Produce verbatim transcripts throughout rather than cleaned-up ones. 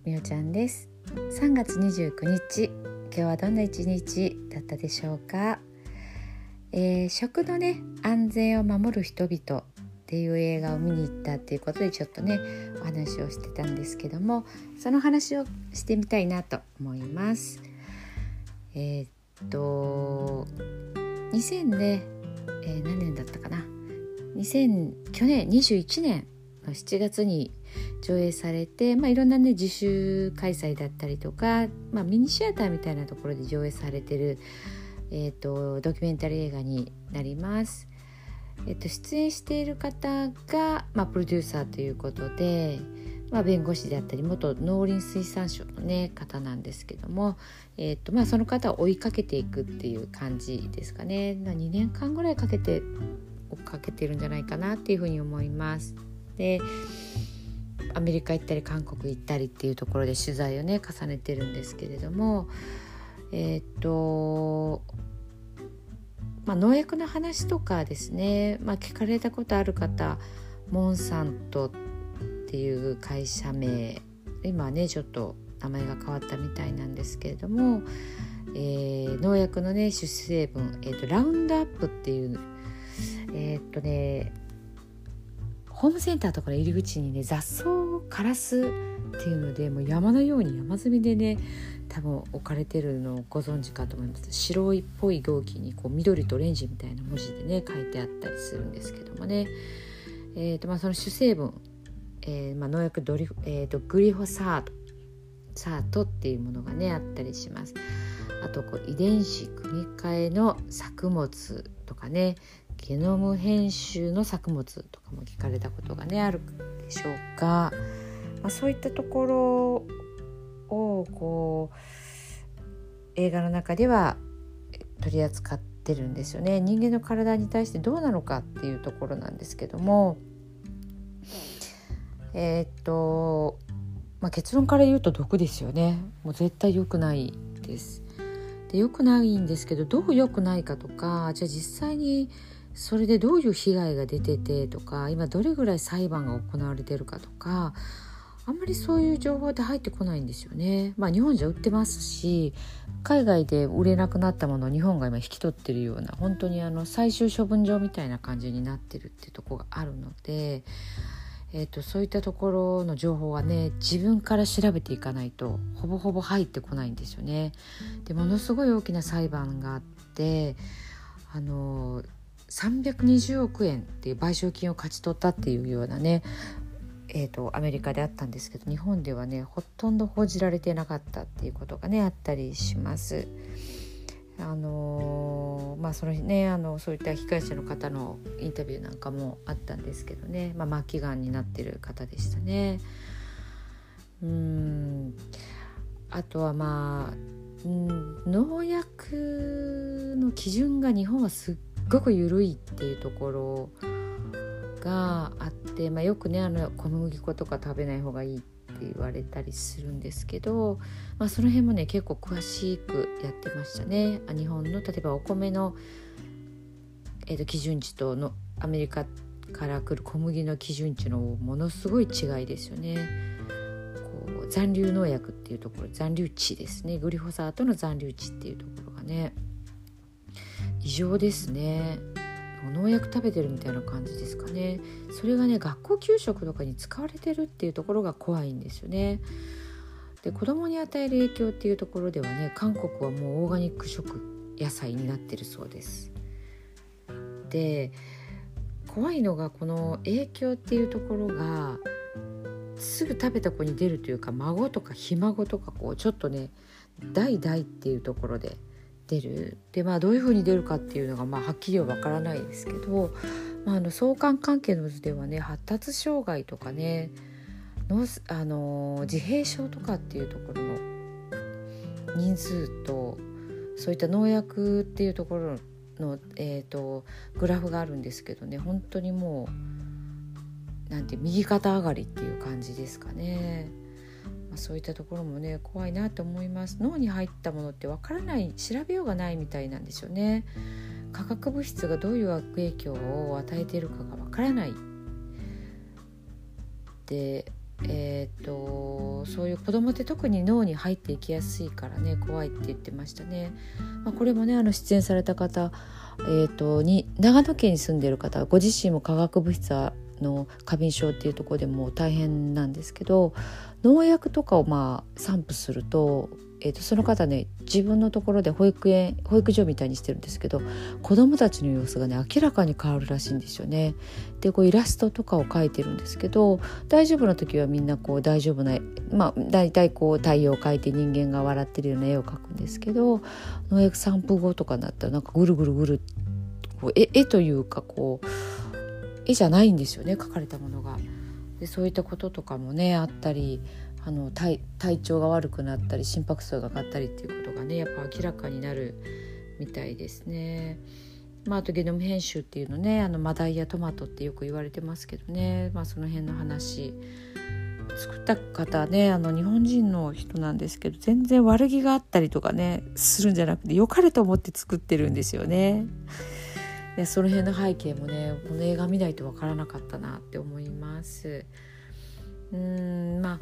みおちゃんです。さんがつにじゅうくにち、今日はどんな一日だったでしょうか。えー、食のね安全を守る人々っていう映画を見に行ったっていうことでちょっとねお話をしてたんですけども、その話をしてみたいなと思います。えー、っとにせんね、えー、何年だったかなにせん去年にじゅういちねんのしちがつに上映されて、まあ、いろんなね自主開催だったりとか、まあ、ミニシアターみたいなところで上映されてる、えー、とドキュメンタリー映画になります。えー、と出演している方が、まあ、プロデューサーということで、まあ、弁護士であったり元農林水産省の、ね、方なんですけども、えーとまあ、その方を追いかけていくっていう感じですかね。にねんかんぐらいかけて追っかけてるんじゃないかなっていうふうに思います。でアメリカ行ったり韓国行ったりっていうところで取材をね重ねてるんですけれども、えっ、ー、とまあ農薬の話とかですね、まあ、聞かれたことある方、モンサントっていう会社名、今ねちょっと名前が変わったみたいなんですけれども、えー、農薬のね主成分、えー、とラウンドアップっていうえっ、ー、とねホームセンターとかの入り口にね雑草を枯らすっていうので、もう山のように山積みでね多分置かれてるのをご存知かと思います。白いっぽい容器にこう緑とオレンジみたいな文字でね書いてあったりするんですけどもね、えーとまあ、その主成分、えーまあ、農薬ドリ、えーとグリホサートサートっていうものがねあったりします。あとこう遺伝子組み換えの作物とかね、ゲノム編集の作物とかも聞かれたことがねあるでしょうか。まあ、そういったところをこう映画の中では取り扱ってるんですよね。人間の体に対してどうなのかっていうところなんですけども、えー、っと、まあ、結論から言うと毒ですよね。もう絶対良くないです。で良くないんですけど、どう良くないかとか、じゃあ実際にそれでどういう被害が出ててとか、今どれぐらい裁判が行われてるかとか、あんまりそういう情報って入ってこないんですよね。まあ日本じゃ売ってますし、海外で売れなくなったものを日本が今引き取ってるような、本当にあの最終処分場みたいな感じになってるっていうところがあるので、えーと、そういったところの情報はね自分から調べていかないとほぼほぼ入ってこないんですよね。でものすごい大きな裁判があって、あのさんびゃくにじゅうおくえんっていう賠償金を勝ち取ったっていうようなね、えーと、アメリカであったんですけど、日本ではねほとんど報じられてなかったっていうことがねあったりします。あのー、まあそのねあのそういった被害者の方のインタビューなんかもあったんですけどね、まあ、末期がんになってる方でしたね。うーんあとはまあ、うん、農薬の基準が日本はすっごく緩いっていうところがあって、まあ、よくねあの小麦粉とか食べない方がいいって言われたりするんですけど、まあ、その辺もね結構詳しくやってましたね。日本の例えばお米の、えーと、基準値とのアメリカから来る小麦の基準値のものすごい違いですよね。こう残留農薬っていうところ、残留値ですね、グリホサートの残留値っていうところがね異常ですね。農薬食べてるみたいな感じですかね。それがね学校給食とかに使われてるっていうところが怖いんですよね。で子供に与える影響っていうところではね、韓国はもうオーガニック食野菜になってるそうです。で怖いのがこの影響っていうところがすぐ食べた子に出るというか、孫とかひ孫とかこうちょっとね代々っていうところで出る。でまあどういう風に出るかっていうのがまあはっきりはわからないですけど、まあ、あの相関関係の図ではね発達障害とかねのあの自閉症とかっていうところの人数と、そういった農薬っていうところの、えーと、グラフがあるんですけどね、本当にもうなんて右肩上がりっていう感じですかね。まあ、そういったところもね怖いなと思います。脳に入ったものってわからない、調べようがないみたいなんですよね。化学物質がどういう悪影響を与えているかがわからないで、 えー、とそういう子供って特に脳に入っていきやすいからね怖いって言ってましたね。まあ、これもねあの出演された方、えー、とに長野県に住んでいる方ご自身も化学物質の過敏症っていうところでも大変なんですけど、農薬とかをまあ散布すると、えー、とその方ね自分のところで保育園保育所みたいにしてるんですけど、子どもたちの様子がね明らかに変わるらしいんですよね。でこうイラストとかを描いてるんですけど、大丈夫な時はみんなこう大丈夫な、まあ大体こう太陽を描いて人間が笑ってるような絵を描くんですけど、農薬散布後とかになったらなんかぐるぐるぐるこう 絵, 絵というかこう絵じゃないんですよね、描かれたものが。でそういったこととかもねあったり、あの 体, 体調が悪くなったり心拍数が上がったりっていうことがねやっぱ明らかになるみたいですね。まあ、あとゲノム編集っていうのね、あのマダイやトマトってよく言われてますけどね、まあ、その辺の話作った方はねあの日本人の人なんですけど、全然悪気があったりとかねするんじゃなくて良かれと思って作ってるんですよね。でその辺の背景もねこの映画見ないと分からなかったなって思います。うーんまあ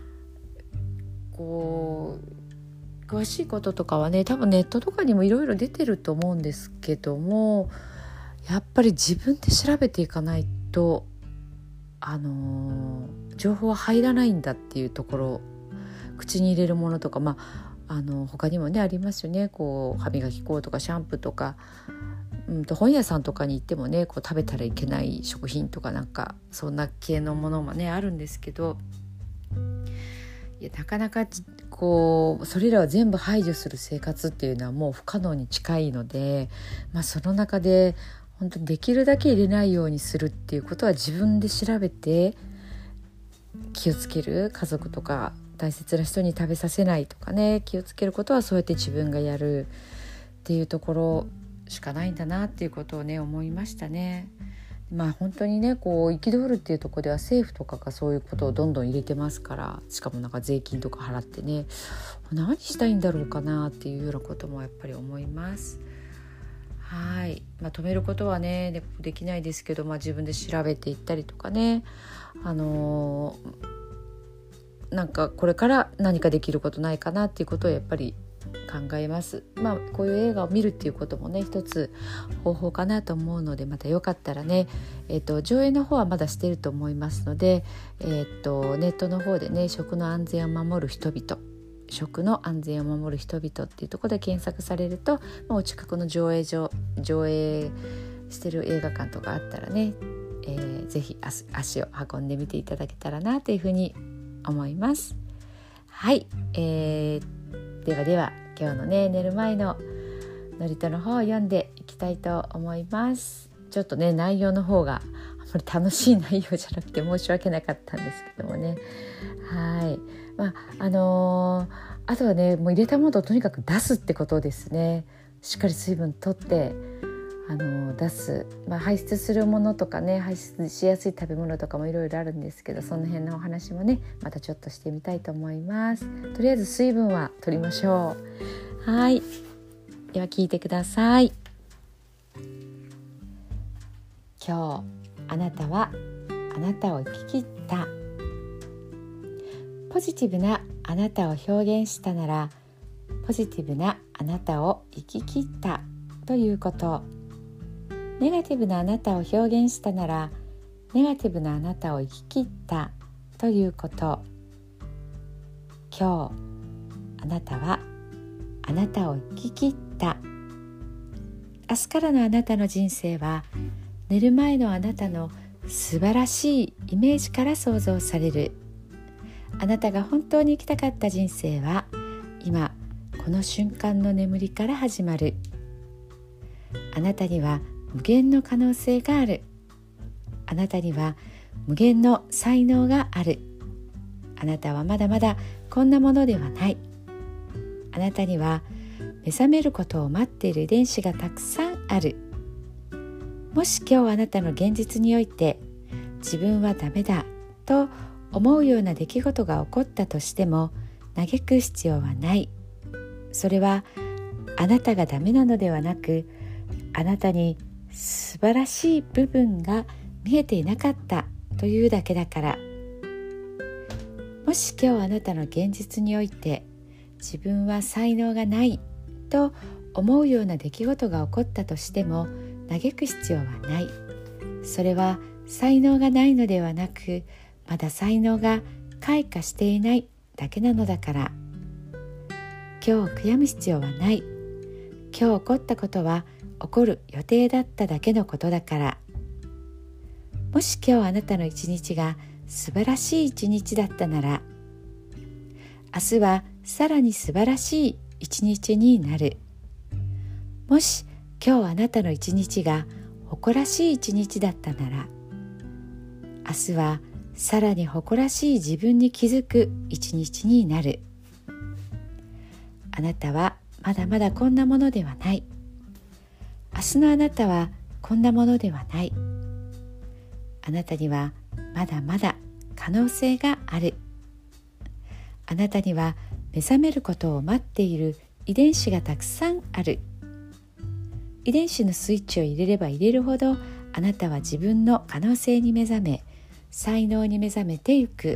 こう詳しいこととかはね多分ネットとかにもいろいろ出てると思うんですけども、やっぱり自分で調べていかないとあのー、情報は入らないんだっていうところ、口に入れるものとか、まあ、あの他にもねありますよね。こう歯磨き粉とかシャンプーとか、うんと本屋さんとかに行ってもねこう食べたらいけない食品とかなんかそんな系のものもねあるんですけど、いやなかなかこうそれらは全部排除する生活っていうのはもう不可能に近いので、まあ、その中で本当にできるだけ入れないようにするっていうことは自分で調べて気をつける、家族とか大切な人に食べさせないとかね気をつけることはそうやって自分がやるっていうところしかないんだなっていうことをね思いましたね。まあ本当にねこう憤るっていうところでは政府とかがそういうことをどんどん入れてますから、しかもなんか税金とか払ってね何したいんだろうかなっていうようなこともやっぱり思います。はい、まあ、止めることはね で, できないですけど、まあ、自分で調べていったりとかね、あのー、なんかこれから何かできることないかなっていうことをやっぱり考えます。まあこういう映画を見るっていうこともね一つ方法かなと思うので、またよかったらね、えーと、上映の方はまだしてると思いますので、えーと、ネットの方でね食の安全を守る人々、食の安全を守る人々っていうところで検索されると、まあ、お近くの上映場上映してる映画館とかあったらね、えー、ぜひ足を運んでみていただけたらなというふうに思います。はい、えー、ではでは今日のね寝る前のノリとの方を読んでいきたいと思います。ちょっとね内容の方があまり楽しい内容じゃなくて申し訳なかったんですけどもね。はい、まああのー、あとはねもう入れたものをとにかく出すってことですね。しっかり水分取ってあのー、出す、まあ、排出するものとかね排出しやすい食べ物とかもいろいろあるんですけど、その辺のお話もねまたちょっとしてみたいと思います。とりあえず水分は取りましょう。はい、では聞いてください。今日あなたはあなたを生き切った。ポジティブなあなたを表現したならポジティブなあなたを生き切ったということ。ネガティブなあなたを表現したならネガティブなあなたを生き切ったということ。今日あなたはあなたを生き切った。明日からのあなたの人生は寝る前のあなたの素晴らしいイメージから想像される。あなたが本当に生きたかった人生は今この瞬間の眠りから始まる。あなたには無限の可能性がある。あなたには無限の才能がある。あなたはまだまだこんなものではない。あなたには目覚めることを待っている遺伝子がたくさんある。もし今日あなたの現実において自分はダメだと思うような出来事が起こったとしても嘆く必要はない。それはあなたがダメなのではなく、あなたに素晴らしい部分が見えていなかったというだけだから。 もし今日あなたの現実において自分は才能がないと思うような出来事が起こったとしても嘆く必要はない。それは才能がないのではなく、まだ才能が開花していないだけなのだから。今日悔やむ必要はない。今日起こったことは起こる予定だっただけのことだから。もし今日あなたの一日が素晴らしい一日だったなら、明日はさらに素晴らしい一日になる。もし今日あなたの一日が誇らしい一日だったなら、明日はさらに誇らしい自分に気づく一日になる。あなたはまだまだこんなものではない。明日のあなたはこんなものではない。あなたにはまだまだ可能性がある。あなたには目覚めることを待っている遺伝子がたくさんある。遺伝子のスイッチを入れれば入れるほど、あなたは自分の可能性に目覚め、才能に目覚めていく。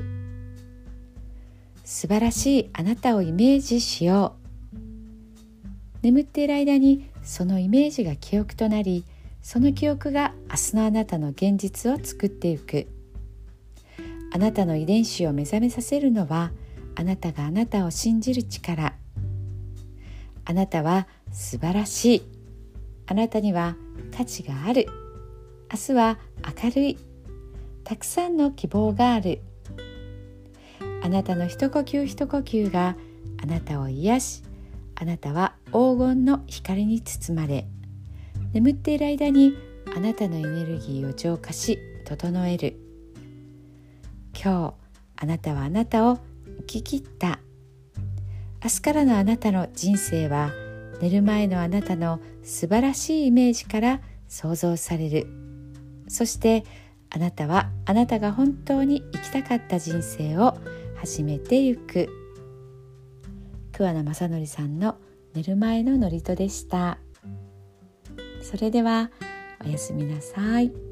素晴らしいあなたをイメージしよう。眠っている間にそのイメージが記憶となり、その記憶が明日のあなたの現実を作っていく。あなたの遺伝子を目覚めさせるのは、あなたがあなたを信じる力。あなたは素晴らしい。あなたには価値がある。明日は明るい。たくさんの希望がある。あなたの一呼吸一呼吸があなたを癒し、あなたは黄金の光に包まれ、眠っている間にあなたのエネルギーを浄化し整える。今日あなたはあなたを生き切った。明日からのあなたの人生は、寝る前のあなたの素晴らしいイメージから想像される。そしてあなたはあなたが本当に生きたかった人生を始めてゆく。桑名正則さんの寝る前の祝詞でした。それではおやすみなさい。